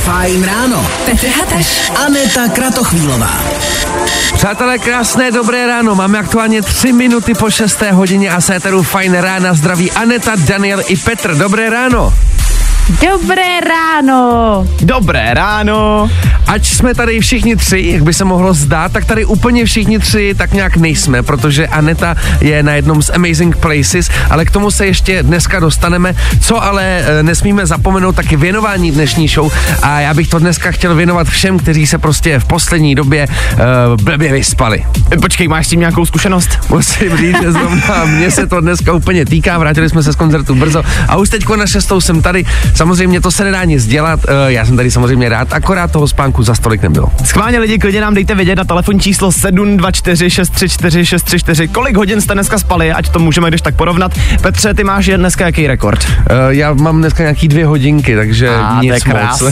Fajn ráno. Petr Hataš. Aneta Kratochvílová. Přátelé, krásné dobré ráno. Máme aktuálně 3 minuty po 6. hodině a séteru Fajn rána zdraví Aneta, Daniel i Petr. Dobré ráno. Dobré ráno. Dobré ráno. Ať jsme tady všichni tři, jak by se mohlo zdát, tak tady úplně všichni tři tak nějak nejsme, protože Aneta je na jednom z Amazing Places, ale k tomu se ještě dneska dostaneme. Co ale nesmíme zapomenout, taky věnování dnešní show a já bych to dneska chtěl věnovat všem, kteří se prostě v poslední době blbě vyspali. Počkej, máš s tím nějakou zkušenost? Musím říct, že zrovna mě se to dneska úplně týká, vrátili jsme se z koncertu brzo a už teďko na 6. jsem tady. Samozřejmě to se nedá nic dělat, já jsem tady samozřejmě rád, akorát toho spánku za stolik nebylo. Schválně lidi, klidně nám dejte vědět na telefonní číslo 724 634 634, kolik hodin jste dneska spali, ať to můžeme když tak porovnat. Petře, ty máš dneska jaký rekord? Já mám dneska nějaký 2 hodinky, takže nic moc.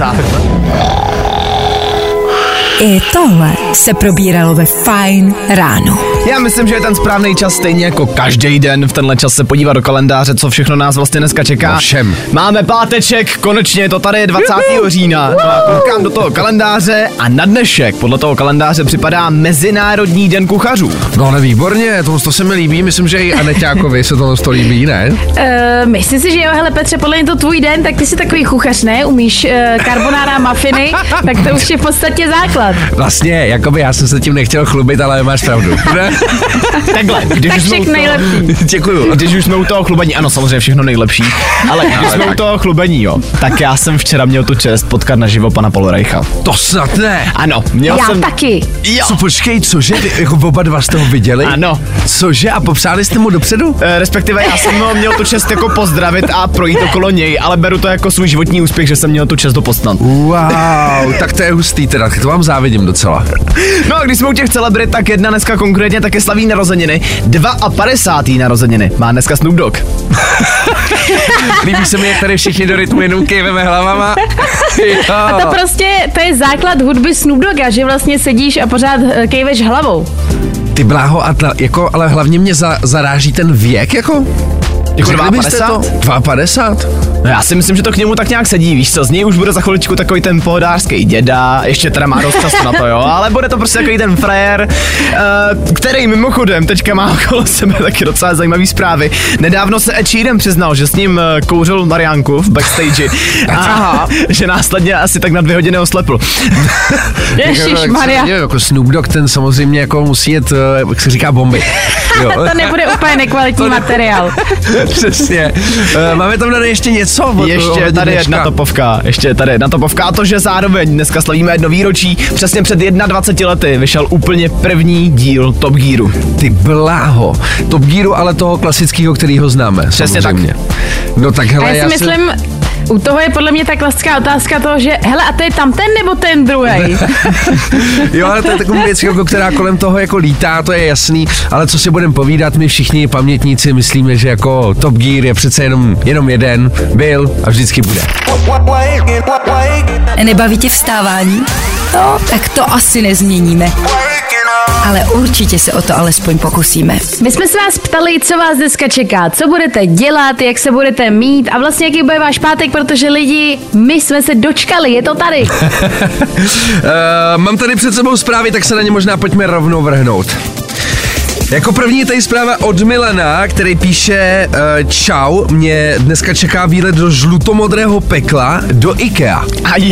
I tohle se probíralo ve Fajn ráno. Já myslím, že je ten správný čas stejně jako každý den v tenhle čas se podívat do kalendáře, co všechno nás vlastně dneska čeká. No všem. Máme páteček, konečně je to tady 20. října. No a koukám do toho kalendáře a na dnešek podle toho kalendáře připadá Mezinárodní den kuchařů. No ale výborně, to se mi líbí, myslím, že i Aneťákovi se to líbí, ne? Myslím si, že jo, hele Petře, podle mě to tvůj den, tak ty jsi takový kuchař, ne? Umíš carbonara, muffiny, tak to už je v podstatě základ. Vlastně, jakoby já jsem se tím nechtěl chlubit, ale máš pravdu. Takhle, tak všechno nejlepší. Děkuju. Když už jsme u toho chlubení, ano, samozřejmě všechno nejlepší, ale když jsme u toho chlubení, jo, tak já jsem včera měl tu čest potkat naživo pana Polorejcha. To snad ne. Ano, měl já jsem... taky. Jo. Co, počkej, cože, jako oba dva jste ho viděli? Ano. Cože, a popřáli jste mu dopředu? Respektive já jsem ho měl tu čest jako pozdravit a projít okolo něj, ale beru to jako svůj životní úspěch, že jsem měl tu čest dopoznat. Wow, tak to je hustý teda, to vám závidím docela. No a když jsme u těch celebrit, tak jedna dneska konkrétně také slaví narozeniny. 52. narozeniny má dneska Snoop Dogg. Líbí se mi, jak tady všichni do rytmu jenom kejveme hlavama. A to prostě, to je základ hudby Snoop Dogga, že vlastně sedíš a pořád kejveš hlavou. Ty bláho, jako, ale hlavně mě zaráží ten věk, jako? Jako 52? 52? No já si myslím, že to k němu tak nějak sedí, víš co, z něj už bude za chviličku takový ten pohodářský děda, ještě teda má dost času na to, jo, ale bude to prostě takový ten frajer, který mimochodem teďka má okolo sebe taky docela zajímavý zprávy. Nedávno se Ed Sheeran přiznal, že s ním kouřil Mariánku v backstage a že následně asi tak na 2 hodiny oslepl. Ježišmarja. Jako Snoop Dogg, ten samozřejmě jako musí jet, jak se říká, bomby. Jo. To nebude úplně nekvalitní materiál. Přesně. Máme tam tady ještě něco? Ještě tady jedna topovka. A to, že zároveň dneska slavíme jedno výročí. Přesně před 21 lety vyšel úplně první díl Top Gearu. Ty bláho. Top Gearu, ale toho klasického, kterýho známe. Přesně samozřejmě. Tak. No tak hele, a já si myslím, u toho je podle mě ta klasická otázka toho, že hele, a to je tam ten nebo ten druhej? Jo, ale to je taková věc, jako, která kolem toho jako lítá, to je jasný, ale co si budeme povídat, my všichni pamětníci myslíme, že jako Top Gear je přece jenom jeden, byl a vždycky bude. Nebaví tě vstávání? No, tak to asi nezměníme. Ale určitě se o to alespoň pokusíme. My jsme se vás ptali, co vás dneska čeká, co budete dělat, jak se budete mít a vlastně jaký bude váš pátek, protože lidi, my jsme se dočkali, je to tady. Mám tady před sebou zprávy, tak se na ně možná pojďme rovnou vrhnout. Jako první tady zpráva od Milana, který píše čau, mě dneska čeká výlet do žlutomodrého pekla do IKEA.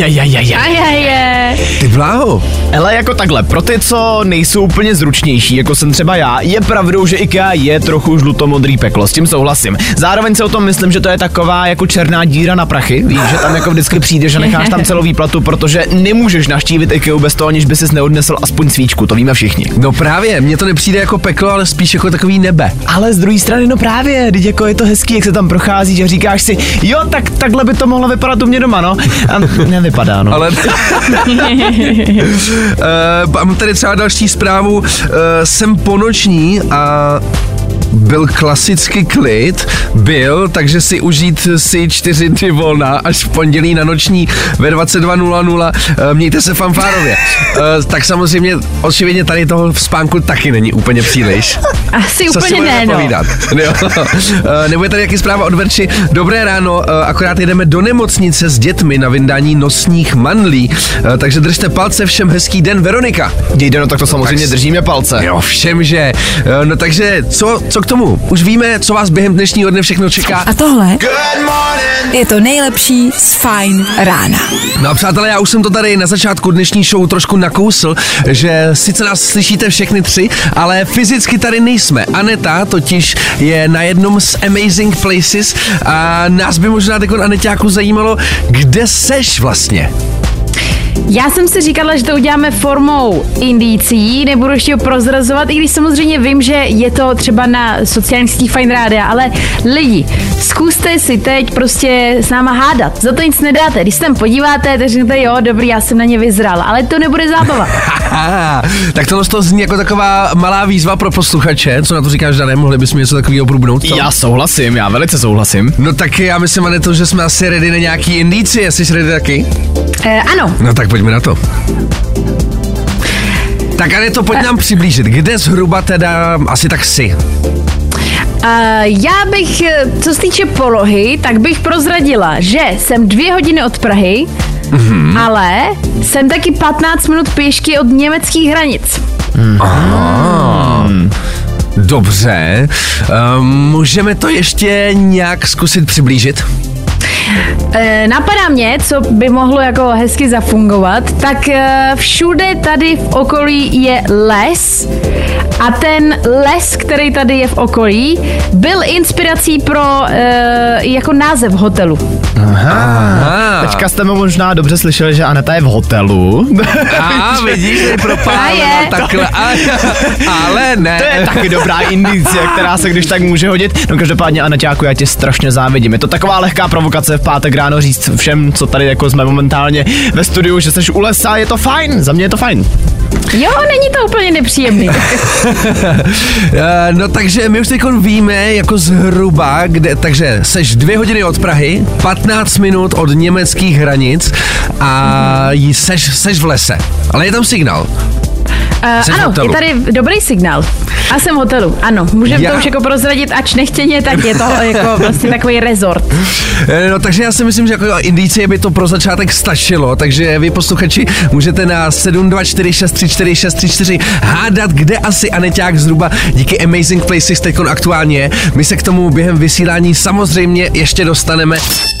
Ty bláho. Hele, jako takhle, pro ty, co nejsou úplně zručnější, jako jsem třeba já, je pravdou, že IKEA je trochu žlutomodrý peklo, s tím souhlasím. Zároveň se o tom myslím, že to je taková jako černá díra na prachy, víš, že tam jako vždycky přijdeš a necháš tam celou výplatu, protože nemůžeš navštívit IKEA bez toho, aniž by ses neodnesl aspoň svíčku, to víme všichni. No právě, mně to nepřijde jako peklo, ale spíš jako takový nebe. Ale z druhé strany, no právě, teď jako je to hezký, jak se tam procházíš a říkáš si, jo, tak takhle by to mohlo vypadat u mě doma, no. A nevypadá, no. Ale mám tady třeba další zprávu, jsem ponoční a byl klasicky klid, takže si užít si 4 dny volna až v pondělí na noční ve 22:00, mějte se fanfárově. Tak samozřejmě očividně tady toho v spánku taky není úplně příliš. Asi úplně ne, no. Nebo je tady jaký zpráva od Verči. Dobré ráno, akorát jedeme do nemocnice s dětmi na vyndání nosních mandlí, takže držte palce, všem hezký den, Veronika. Jde, no tak to samozřejmě držíme palce. Jo, všem, že. No takže, co k tomu? Už víme, co vás během dnešního dne všechno čeká. A tohle je to nejlepší z Fajn rána. No a přátelé, já už jsem to tady na začátku dnešní show trošku nakousl, že sice nás slyšíte všechny 3, ale fyzicky tady nejsme. Aneta totiž je na jednom z Amazing Places a nás by možná teď Aneťáku zajímalo, kde seš vlastně? Já jsem si říkala, že to uděláme formou indicí, nebudu ještě prozrazovat, i když samozřejmě vím, že je to třeba na sociálních sítích Fajn rádia, ale lidi, zkuste si teď prostě s náma hádat, za to nic nedáte, když se tam podíváte, tak řeknete, jo, dobrý, já jsem na ně vyzral, ale to nebude zábava. Tak tohle to zní jako taková malá výzva pro posluchače, co na to říkáš, Dané, mohli bychom něco takového průbnout? Já souhlasím, já velice souhlasím. No tak já myslím, Aneto, že jsme asi ready na nějaký indicie, jsi ready taky? Ano. No tak pojďme na to. Tak Aneto, pojď nám přiblížit, kde zhruba teda asi tak jsi? Já bych, co se týče polohy, tak bych prozradila, že jsem 2 hodiny od Prahy, ale jsem taky 15 minut pěšky od německých hranic. Dobře, můžeme to ještě nějak zkusit přiblížit? Napadá mě, co by mohlo jako hezky zafungovat, tak všude tady v okolí je les a ten les, který tady je v okolí, byl inspirací pro jako název hotelu. Aha. Teďka jste možná dobře slyšeli, že Aneta je v hotelu. Vidíš, je propálena takhle, ale ne. To je taky dobrá indicie, která se když tak může hodit. No každopádně, Aneťáku, já tě strašně závidím. Je to taková lehká provokace v pátek ráno říct všem, co tady jako jsme momentálně ve studiu, že jsi u lesa, je to fajn, za mě je to fajn. Jo, není to úplně nepříjemný. No takže my už teď víme jako zhruba, kde, takže seš 2 hodiny od Prahy, 15 minut od německých hranic a seš v lese, ale je tam signál. Ano, je tady dobrý signál. A jsem v hotelu, ano. Můžeme to už jako prozradit, ač nechtěně, tak je to jako vlastně takový rezort. No takže já si myslím, že jako indicie by to pro začátek stačilo, takže vy posluchači můžete na 724634634 hádat, kde asi Aneťák zhruba díky Amazing Places teďkon aktuálně je. My se k tomu během vysílání samozřejmě ještě dostaneme.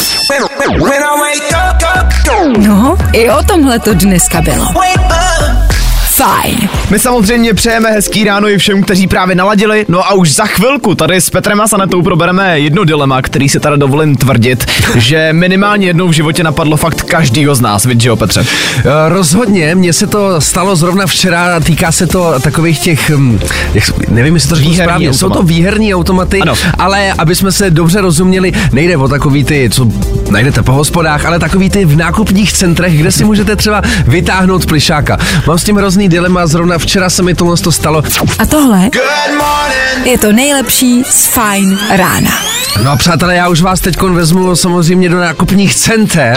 No, i o tomhle to dneska bylo. Fajn. My samozřejmě přejeme hezký ráno i všem, kteří právě naladili. No a už za chvilku tady s Petrem a Sanetou probereme jedno dilema, který si teda dovolím tvrdit, že minimálně jednou v životě napadlo fakt každýho z nás, vidíš, jo, Petře? Rozhodně, mně se to stalo zrovna včera, týká se to takových těch, nevím, jestli to řeknu správně, jsou to výherní automaty, ano. Ale aby jsme se dobře rozuměli, nejde o takový ty, co najdete po hospodách, ale takový ty v nákupních centrech, kde si můžete třeba vytáhnout plišáka. Mám s tím hrozný dilema, zrovna včera se mi tohle stalo. A tohle je to nejlepší z Fajn rána. No a přátelé, já už vás teďkon vezmu samozřejmě do nákupních center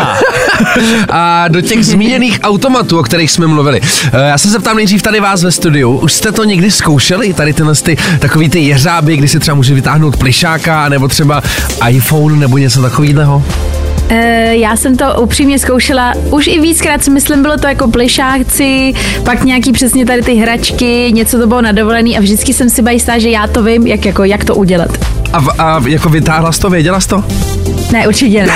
a do těch zmíněných automatů, o kterých jsme mluvili. Já se zeptám nejdřív tady vás ve studiu, už jste to někdy zkoušeli, tady tyhle takový ty jeřáby, kdy si třeba může vytáhnout plišáka, nebo třeba iPhone, nebo něco takového? Já jsem to upřímně zkoušela už i víckrát, si myslím, bylo to jako plišáci, pak nějaký přesně tady ty hračky, něco to bylo na dovolený a vždycky jsem si jistá, že já to vím, jak to udělat. A jako vytáhla jsi to, věděla jsi to? Ne, určitě ne.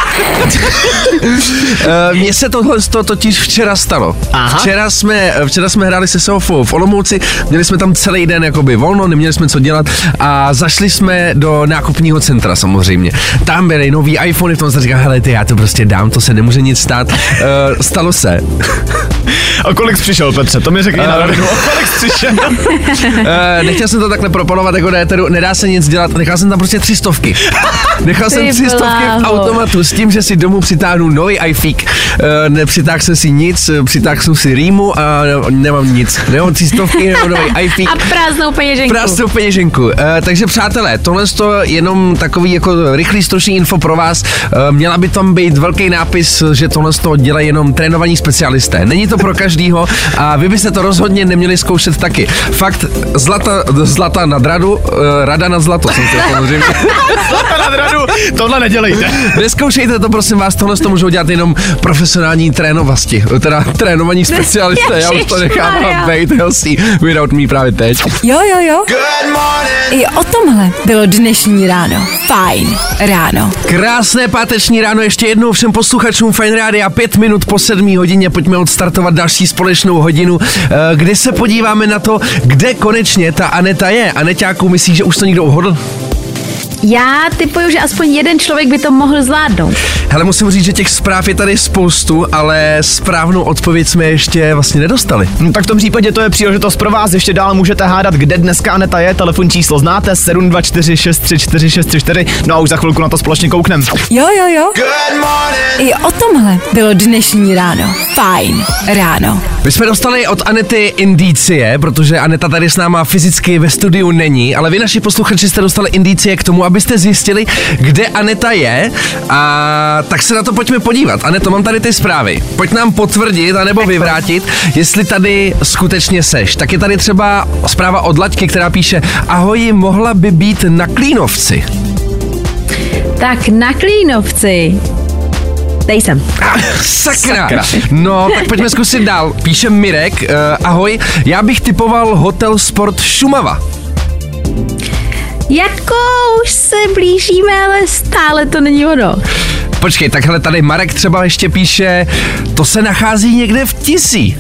Mně se tohle totiž včera stalo. Aha. Včera jsme hráli se Sofou v Olomouci, měli jsme tam celý den jakoby volno, neměli jsme co dělat a zašli jsme do nákupního centra samozřejmě. Tam byly nový iPhony, v tom se říká, hele ty, já to prostě dám, to se nemůže nic stát. Stalo se. O kolik jsi přišel, Petře? To mi řekni na rovinu. O kolik jsi přišel? Nechtěl jsem to takhle propalovat jako do éteru, nedá se nic dělat, nechal jsem tam prostě 300. Nechal jsem 300 v automatu s tím, že si domů přitáhnu nový iFeek. Nepřitáhl jsem si nic, přitáhl jsem si rýmu a nemám nic. Nemám 300, nemám nový iFeek. A prázdnou peněženku. Takže přátelé, tohle je jenom takový jako rychlý stručný info pro vás. Měla by tam být velký nápis, že tohle dělají jenom trénovaní specialisté. Není to pro každýho a vy byste to rozhodně neměli zkoušet taky. Fakt, zlata nad radu, rada nad zlato. Jsem to samozřejmě. Zlata nad radu, tohle nedělejte. Neskoušejte to, prosím vás, tohle to můžou dělat jenom profesionální trénovasti. Teda trénovaní specialisté, já už to nechám bejt, healthy without me právě teď. Jo. I o tomhle bylo dnešní ráno. Fajn ráno. Krásné páteční ráno ještě jednou všem posluchačům Fajn Rádia, 5 minut po 7 hodině, pojďme odstartovat další společnou hodinu, kdy se podíváme na to, kde konečně ta Aneta je. Aneťáku, myslíš, že už to někdo uhodl? Já typuju, že aspoň jeden člověk by to mohl zvládnout. Hele, musím říct, že těch zpráv je tady spoustu, ale správnou odpověď jsme ještě vlastně nedostali. No tak v tom případě to je příležitost pro vás, ještě dál můžete hádat, kde dneska Aneta je, telefonní číslo znáte, 724634634, no a už za chvilku na to společně kouknem. Jo. I o tomhle bylo dnešní ráno. Fajn ráno. My jsme dostali od Anety indicie, protože Aneta tady s náma fyzicky ve studiu není, ale vy naši posluchači jste dostali indicie k tomu, abyste zjistili, kde Aneta je, a tak se na to pojďme podívat. Aneto, mám tady ty zprávy. Pojď nám potvrdit anebo vyvrátit, jestli tady skutečně seš. Tak je tady třeba zpráva od Laďky, která píše: ahoj, mohla by být na Klínovci. Tak na Klínovci. Tady jsem. Sakra. No, tak pojďme zkusit dál. Píše Mirek: ahoj, já bych typoval Hotel Sport Šumava. Jako už se blížíme, ale stále to není ono. Počkej, takhle tady Marek třeba ještě píše: to se nachází někde v Tisí.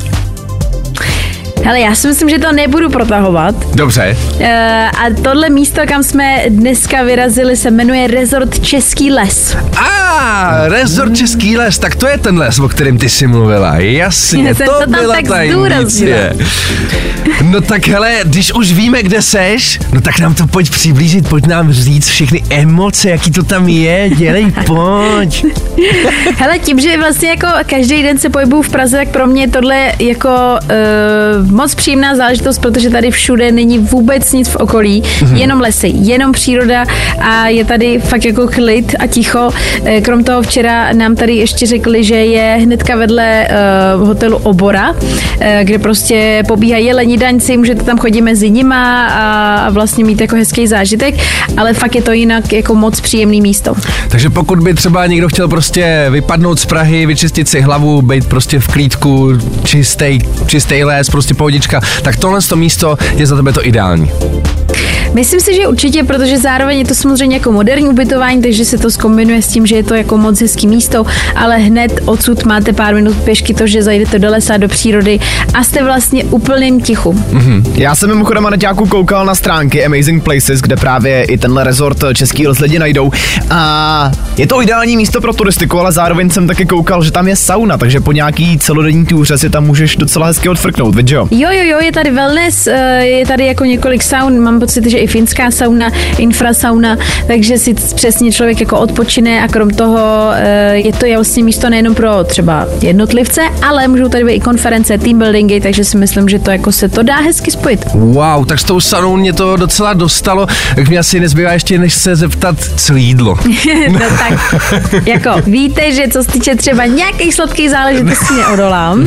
Hele, já si myslím, že to nebudu protahovat. Dobře. A tohle místo, kam jsme dneska vyrazili, se jmenuje Resort Český les. Resort Český les, tak to je ten les, o kterém ty jsi mluvila. Jasně, to byla ta indicie. No tak hele, když už víme, kde seš, no tak nám to pojď přiblížit, pojď nám říct všechny emoce, jaký to tam je, dělej, pojď. Hele, tím, že vlastně jako každý den se pohybuju v Praze, tak pro mě tohle jako moc příjemná záležitost, protože tady všude není vůbec nic v okolí, jenom lesy, jenom příroda a je tady fakt jako klid a ticho. Krom toho včera nám tady ještě řekli, že je hnedka vedle hotelu Obora, kde prostě pobíhají jeleni daňci, můžete tam chodit mezi nima a vlastně mít jako hezký zážitek, ale fakt je to jinak jako moc příjemný místo. Takže pokud by třeba někdo chtěl prostě vypadnout z Prahy, vyčistit si hlavu, být prostě v klídku, čistý les, prostě pohodička, tak tohle místo je za tebe to ideální. Myslím si, že určitě, protože zároveň je to samozřejmě jako moderní ubytování, takže se to zkombinuje s tím, že je to jako moc hezký místo, ale hned odsud máte pár minut pěšky, to, že zajdete do lesa, do přírody a jste vlastně úplným tichu. Já jsem mimochodem Aneťáku koukal na stránky Amazing Places, kde právě i tenhle resort Český les lidi najdou a je to ideální místo pro turistiku, ale zároveň jsem taky koukal, že tam je sauna, takže po nějaký celodenní túře si tam můžeš docela hezky odfrknout, víš jo? Jo, je tady wellness, je tady jako několik saun, mám pocit, že i finská sauna, infrasauna, takže si přesně člověk jako odpočine a krom toho je to vlastně místo nejenom pro třeba jednotlivce, ale můžou tady být i konference, team buildingy, takže si myslím, že to jako se to dá hezky spojit. Wow, tak s tou saunou mě to docela dostalo, tak mě asi nezbývá ještě než se zeptat, co jídlo. No tak, jako víte, že co se týče třeba nějakých sladkých záležitostí neodolám.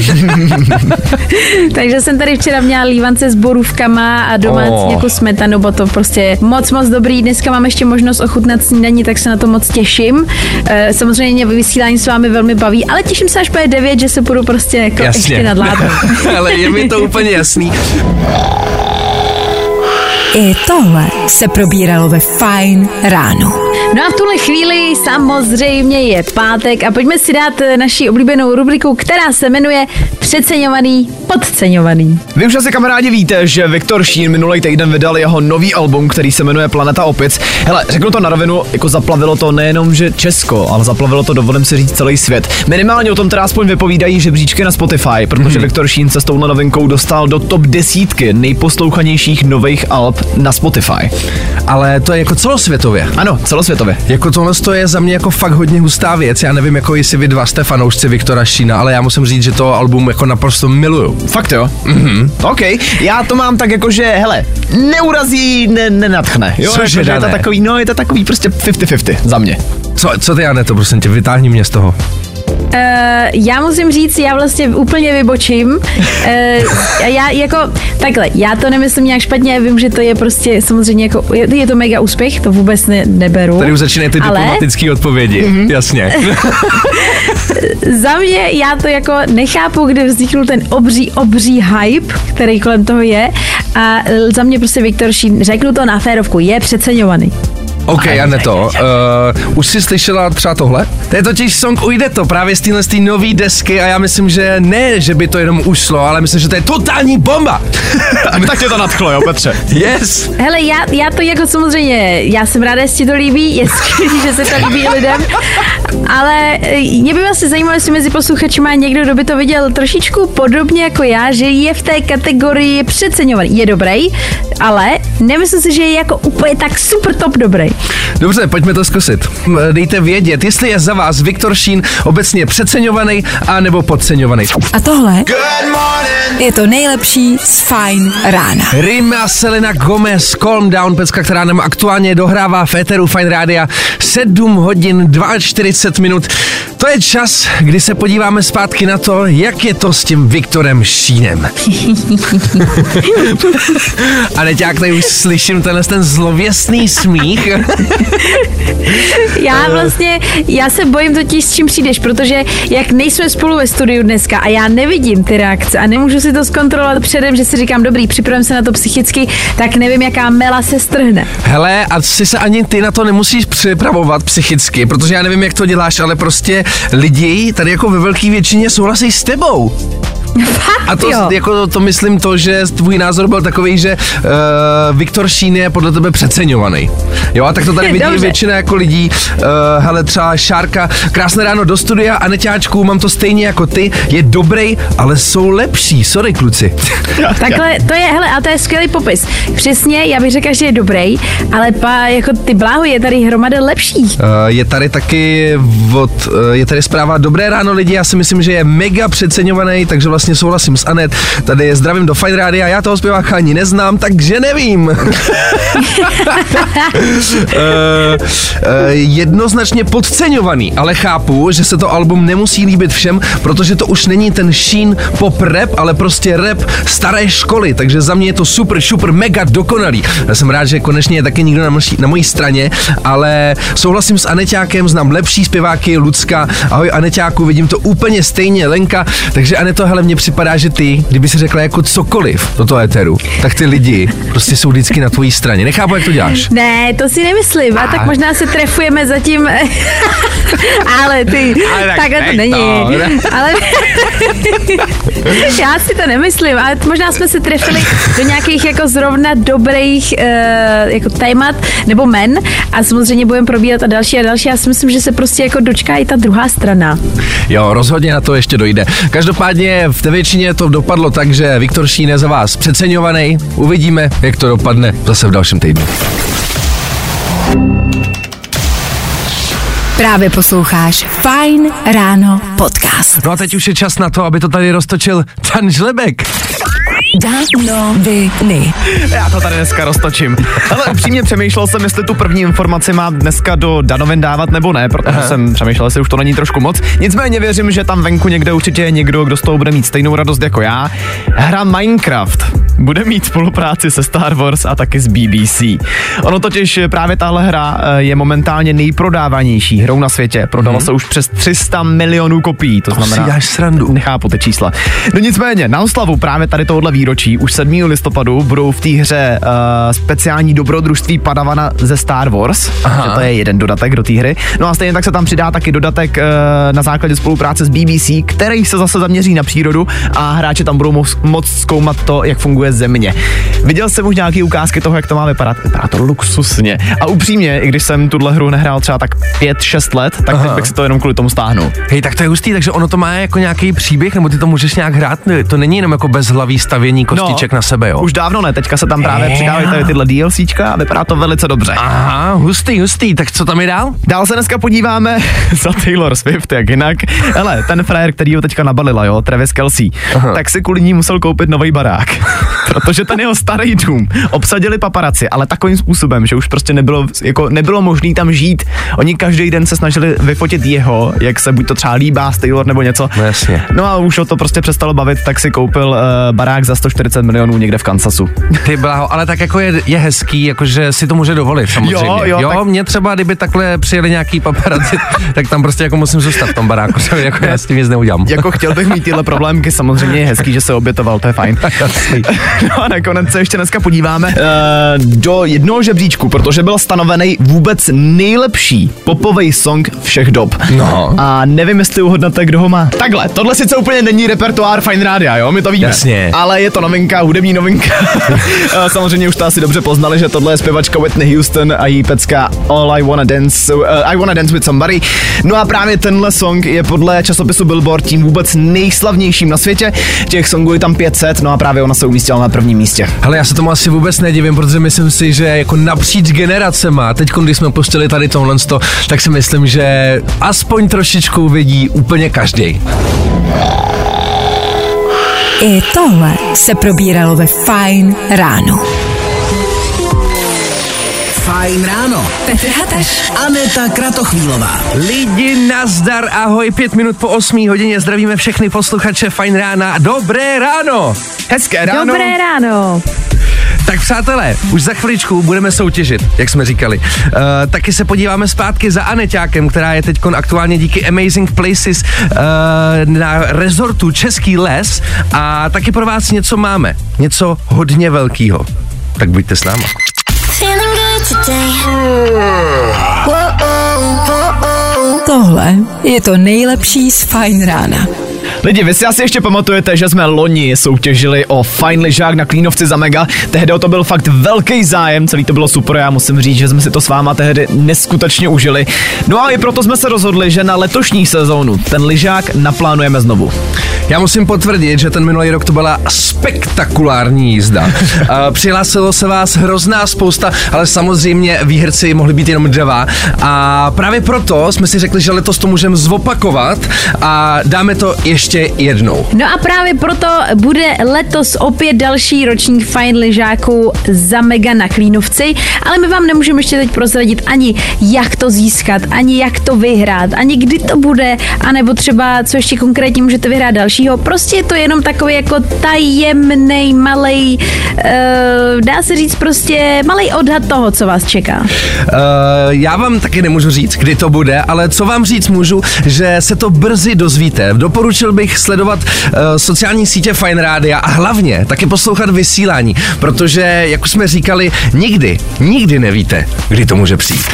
Takže jsem tady včera měla lívance s borůvkama a domácí jako smetanu, bo to prostě moc dobrý. Dneska mám ještě možnost ochutnat snídaní, tak se na to moc těším. Samozřejmě vysílání s vámi velmi baví, ale těším se až po 9, že se půjdu prostě jako ještě nadládnout. Ale je mi to úplně jasný. I tohle se probíralo ve Fajn ráno. No a v tuhle chvíli samozřejmě je pátek a pojďme si dát naši oblíbenou rubriku, která se jmenuje Přeceňovaný, podceňovaný. Vy už asi kamarádi víte, že Viktor Šín minulý týden vydal jeho nový album, který se jmenuje Planeta opic. Hele, řeknu to na rovinu, jako zaplavilo to nejenom, že Česko, ale zaplavilo to, dovolím si říct, celý svět. Minimálně o tom teda aspoň vypovídají žebříčky na Spotify, protože Viktor Šín se s touhle novinkou dostal do top 10 nejposlouchanějších nových alb na Spotify. Ale to je jako celosvětově. Ano, celosvětově. Jako tohle je za mě jako fakt hodně hustá věc. Já nevím, jako jestli vy dva jste fanoušci Viktora Šína, ale já musím říct, že to album jako naprosto miluju. Fakt jo? OK, já to mám tak jako, že hele, neurazí, nenadchne. Jo, Cože, jako, je to takový, no je to takový prostě 50-50 za mě. Co ty, Aneto, prosím tě, vytáhni mě z toho. Já musím říct, já vlastně úplně vybočím. Já jako, takhle, já to nemyslím nějak špatně, vím, že to je prostě samozřejmě jako, je to mega úspěch, to vůbec neberu. Tady už začínají ty diplomatické odpovědi, jasně. Za mě, já to jako nechápu, kde vzniknul ten obří hype, který kolem toho je, a za mě prostě Viktor Šín, řeknu to na férovku, je přeceňovaný. OK, Aneto, už jsi slyšela třeba tohle? To je totiž song Ujde to, právě z téhle nový desky a já myslím, že ne, že by to jenom ušlo, ale myslím, že to je totální bomba. Tak tě to nadchlo, jo, Petře? Yes. Hele, já to jako samozřejmě, já jsem ráda, jestli ti to líbí, je skvělý, že se to líbí lidem, ale mě by vlastně zajímalo, jestli mezi posluchači má někdo, kdo by to viděl trošičku podobně jako já, že je v té kategorii přeceňovaný. Je dobrý, ale nemyslím si, že je jako úplně tak super top dobrý. Dobře, pojďme to zkusit. Dejte vědět, jestli je za vás Viktor Šín obecně přeceňovaný a nebo podceňovaný. A tohle je to nejlepší z Fajn rána. Rim a Selena Gomez, Calm Down, pecka, která nám aktuálně dohrává v éteru Fajn rádia 7 hodin 42 minut. To je čas, kdy se podíváme zpátky na to, jak je to s tím Viktorem Šínem. A neťák, tady už slyším ten zlověstný smích. Já se bojím totiž, s čím přijdeš, protože jak nejsme spolu ve studiu dneska a já nevidím ty reakce a nemůžu si to zkontrolovat předem, že si říkám, dobrý, připravím se na to psychicky, tak nevím, jaká mela se strhne. Hele, a se ani ty na to nemusíš připravovat psychicky, protože já nevím, jak to děláš, ale prostě lidi tady jako ve velké většině souhlasí s tebou. Fakt, a to, jako, to myslím to, že tvůj názor byl takový, že Viktor Šín je podle tebe přeceňovaný. Jo, a tak to tady vidí většina jako lidí. Hele, třeba Šárka, krásné ráno do studia, Aneťáčku, mám to stejně jako ty, je dobrý, ale jsou lepší, sorry kluci. Takhle, to je, hele, a to je skvělý popis. Přesně, já bych řekla, že je dobrý, ale jako ty bláho, je tady hromada lepších. Je tady taky je tady zpráva dobré ráno lidi, já si myslím, že je mega přeceňovaný, takže vlastně souhlasím s Anet. Tady je zdravím do Fajn rádia, já toho zpěváka ani neznám, takže nevím. Jednoznačně podceňovaný, ale chápu, že se to album nemusí líbit všem, protože to už není ten Šín pop rap, ale prostě rap staré školy, takže za mě je to super, mega dokonalý. Já jsem rád, že konečně je taky někdo na mojí straně, ale souhlasím s Aneťákem, znám lepší zpěváky, Lucka, ahoj Aneťáku, vidím to úplně stejně, Lenka, takže Aneto, hele, mně připadá, že ty, kdyby si řekla jako cokoliv do toho éteru, tak ty lidi prostě jsou vždycky na tvojí straně. Nechápu, jak to děláš. Ne, to si nemyslím. A tak možná se trefujeme zatím. Ale ty, takhle to není. Ale já si to nemyslím, ale možná jsme se trefili do nějakých jako zrovna dobrých jako témat nebo men a samozřejmě budeme probírat a další. Já si myslím, že se prostě jako dočká i ta druhá strana. Jo, rozhodně na to ještě dojde. Každopádně v té většině to dopadlo tak, že Viktor Šín je za vás přeceňovaný. Uvidíme, jak to dopadne zase v dalším týdnu. Právě posloucháš Fajn ráno podcast. No a teď už je čas na to, aby to tady roztočil Dan Žlebek. Danoviny. Já to tady dneska roztočím. Ale upřímně přemýšlel jsem, jestli tu první informaci má dneska do danovin dávat nebo ne, protože jsem přemýšlel, jestli už to není trošku moc. Nicméně věřím, že tam venku někde určitě je někdo, kdo z toho bude mít stejnou radost jako já. Hra Minecraft bude mít spolupráci se Star Wars a taky s BBC. Ono totiž právě tahle hra je momentálně nejprodávanější hrou na světě. Prodalo se už přes 300 milionů kopií, to znamená... Si dáš srandu. Nechápu ty čísla. No nicméně, na oslavu právě tady toho tohohle výročí, už 7. listopadu, budou v té hře speciální dobrodružství Padavana ze Star Wars, že to je jeden dodatek do té hry. No a stejně tak se tam přidá taky dodatek na základě spolupráce s BBC, který se zase zaměří na přírodu a hráči tam budou moc zkoumat to, jak funguje země. Viděl jsem už nějaký ukázky toho, jak to má vypadat. Vypadá to luxusně. A upřímně, i když jsem tuhle hru nehrál třeba tak 5-6 let, tak teď bych si to jenom kvůli tomu stáhnul. Hej, tak to je hustý, takže ono to má jako nějaký příběh, nebo ty to můžeš nějak hrát? To není jenom jako bezhlavý stavění kostiček na sebe, jo? Už dávno ne, teďka se tam právě přidávají tady tyhle DLCčka a vypadá to velice dobře. Aha, hustý, tak co tam je dál? Dál se dneska podíváme za Taylor Swift, jak jinak. Hele, ten frajer, který ho teďka nabalila, jo, Travis Kelce, tak si kvůli ní musel koupit nový barák. Protože ten jeho starý dům obsadili paparazzi, ale takovým způsobem, že už prostě nebylo možné tam žít. Oni každý den se snažili vyfotit jeho, jak se buď to třeba líbá z Taylor nebo něco. No, jasně. No a už ho to prostě přestalo bavit, tak si koupil barák za 140 milionů někde v Kansasu. Ty bláho, ale tak jako je hezký, jakože si to může dovolit samozřejmě. Jo, tak... mě třeba, kdyby takhle přijeli nějaký paparazzi, tak tam prostě jako musím zůstat v tom baráku, jako já s tím nic neudělám. Jako chtěl bych mít tyhle problémky, samozřejmě je hezký, že se obětoval, to je fajn. No a nakonec se ještě dneska podíváme do jednoho žebříčku, protože byl stanovený vůbec nejlepší popový song všech dob. No. A nevím, jestli uhodnete, kdo ho má. Takhle, tohle sice úplně není repertoár Fine Rádia, jo, my to víme. Jasně. Ale je to novinka, hudební novinka. Samozřejmě už to asi dobře poznali, že tohle je zpěvačka Whitney Houston a její pecka All I Wanna Dance with Somebody. No a právě tenhle song je podle časopisu Billboard tím vůbec nejslavnějším na světě. Těch songů je tam 500, no a právě ona se umístila na prvním místě. Ale já se tomu asi vůbec nedivím, protože myslím si, že jako napříč generacema, teď když jsme pustili tady tohle, tak si myslím, že aspoň trošičku vidí úplně každý. I tohle se probíralo ve Fajn ráno. Fajn ráno. Petr Hataš, Aneta Kratochvílová. Lidi, nazdar, ahoj, 5 minut po 8 hodině, zdravíme všechny posluchače Fajn rána. Dobré ráno! Hezké ráno! Dobré ráno! Tak přátelé, už za chviličku budeme soutěžit, jak jsme říkali. Taky se podíváme zpátky za Aneťákem, která je teď aktuálně díky Amazing Places na rezortu Český les a taky pro vás něco máme, něco hodně velkýho. Tak buďte s náma. tohle je to nejlepší z Fajn rána. Lidi, vy si asi ještě pamatujete, že jsme loni soutěžili o fajn lyžák na Klínovci za mega. Tehdy to byl fakt velký zájem, celý to bylo super, já musím říct, že jsme si to s váma tehdy neskutečně užili. No a i proto jsme se rozhodli, že na letošní sezónu ten lyžák naplánujeme znovu. Já musím potvrdit, že ten minulý rok to byla spektakulární jízda. Přihlásilo se vás hrozná spousta, ale samozřejmě výherci mohli být jenom 2. A právě proto jsme si řekli, že letos to můžeme zopakovat a dáme to ještě jednou. No a právě proto bude letos opět další ročník fajn lyžáků za mega na Klínovci, ale my vám nemůžeme ještě teď prozradit ani jak to získat, ani jak to vyhrát, ani kdy to bude, anebo třeba co ještě konkrétně můžete vyhrát dalšího. Prostě je to jenom takový jako tajemnej, malej, dá se říct prostě malej odhad toho, co vás čeká. Já vám taky nemůžu říct, kdy to bude, ale co vám říct můžu, že se to brzy dozvíte. Doporučil bych sledovat sociální sítě Fajn rádia a hlavně taky poslouchat vysílání, protože, jak už jsme říkali, nikdy nevíte, kdy to může přijít.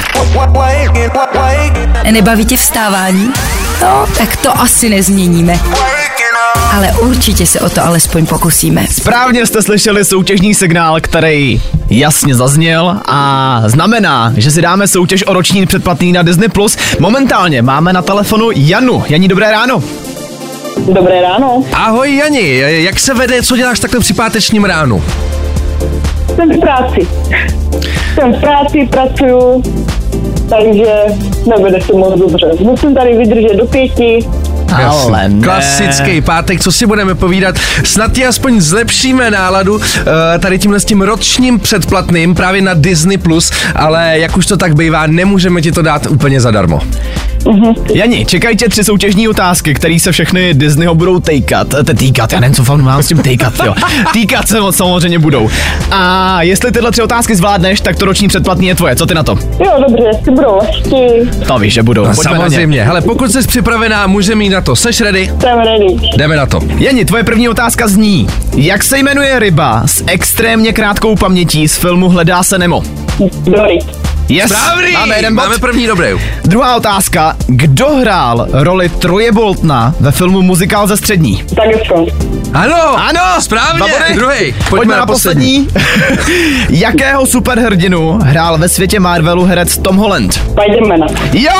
Nebaví tě vstávání? No, tak to asi nezměníme. Ale určitě se o to alespoň pokusíme. Správně jste slyšeli soutěžní signál, který jasně zazněl a znamená, že si dáme soutěž o roční předplatný na Disney+. Momentálně máme na telefonu Janu. Jani, dobré ráno. Dobré ráno. Ahoj Jani, jak se vede, co děláš takhle při pátečním ránu? Jsem v práci, pracuju, takže nevede se moc dobře. Musím tady vydržet do 5. Ale ne. Klasický pátek, co si budeme povídat. Snad ti aspoň zlepšíme náladu tady tímhle s tím ročním předplatným právě na Disney+, ale jak už to tak bývá, nemůžeme ti to dát úplně zadarmo. Jani, čekají tě 3 soutěžní otázky, které se všechny Disneyho budou týkat, já nevím, co mám s tím týkat se moc samozřejmě budou. A jestli tyhle 3 otázky zvládneš, tak to roční předplatný je tvoje, co ty na to? Jo, dobře, jestli budou lehčí. To víš, že budou. No, samozřejmě, hele, pokud jsi připravená, můžeme jít na to. Seš ready? Jsem ready. Jdeme na to. Jani, tvoje první otázka zní, jak se jmenuje ryba s extrémně krátkou pamětí z filmu Hledá se Nemo? Dory. Yes, Správný, máme jeden bod. máme první dobrý. Druhá otázka, kdo hrál roli Troje Boltona ve filmu Muzikál ze Střední? Tak Efron. Ano, správně, druhý. Pojďme na poslední. Jakého superhrdinu hrál ve světě Marvelu herec Tom Holland? Spidermana. Jo!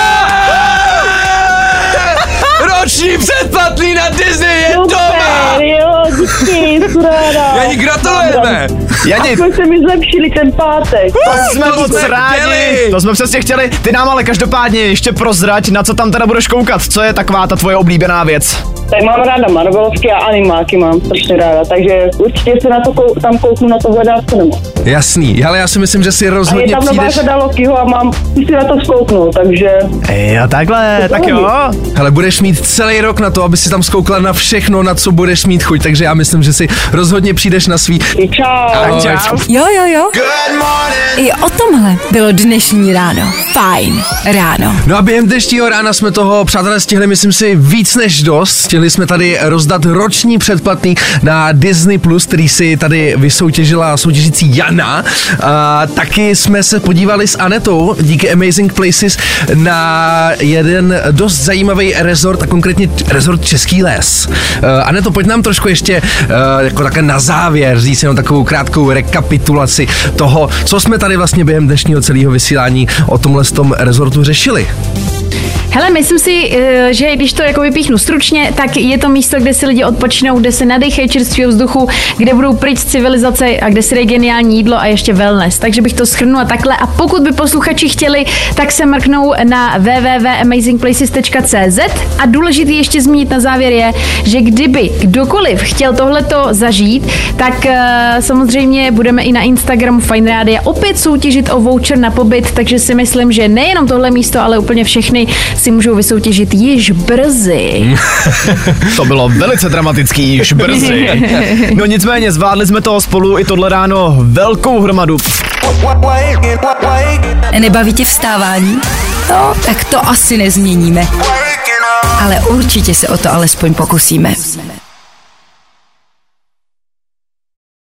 Roční předplatný na Disney je doma! Super, jo, díky, ráda. Jani, gratulujeme! Jani, Aspoň se mi zlepšili ten pátek. to jsme moc jsme rádi. chtěli. To jsme přesně chtěli. Ty nám ale každopádně ještě prozrať, na co tam teda budeš koukat. Co je taková ta tvoje oblíbená věc? Tak mám ráda Marvelovky a animáky mám strašně ráda, takže určitě se na to tam kouknu na to Hledá se Nemo. Jasný, ale já si myslím, že si A je rozhodně tam nová přijdeš... řada Lokiho a mám si na to zkouknout, takže... Jo, takhle, tak jo. Hele, budeš mít celý rok na to, aby si tam zkoukla na všechno, na co budeš mít chuť, takže já myslím, že si rozhodně přijdeš na svý... Čau. Ahoj. Jo. I o tomhle bylo dnešní ráno. Fajn ráno. No a během dnešního rána jsme toho, přátelé, stihli, myslím si, víc než dost. Stihli jsme tady rozdat roční předplatný na Disney+, který si tady vysoutěžila soutěžící Jana. Taky jsme se podívali s Anetou díky Amazing Places na jeden dost zajímavý resort, a konkrétně resort Český les. Aneto, pojď nám trošku ještě jako také na závěr říct jenom takovou krátkou rekapitulaci toho, co jsme tady vlastně během dnešního celého vysílání o tomhle tom rezortu řešili. Hele, myslím si, že když to jako vypíchnu stručně, tak je to místo, kde si lidi odpočinou, kde se nadýchají čerstvého vzduchu, kde budou pryč z civilizace a kde si dají geniální jídlo a ještě wellness. Takže bych to shrnula takhle. A pokud by posluchači chtěli, tak se mrknou na www.amazingplaces.cz a důležitý ještě zmínit na závěr je, že kdyby kdokoliv chtěl tohleto zažít, tak samozřejmě budeme i na Instagramu Fajn Rádia opět soutěžit o voucher na pobyt, takže si myslím, že nejenom tohle místo, ale úplně všechny si můžou vysoutěžit již brzy. To bylo velice dramatický, již brzy. No nicméně, zvládli jsme toho spolu i tohle ráno velkou hromadu. Nebaví tě vstávání? No, tak to asi nezměníme. Ale určitě se o to alespoň pokusíme.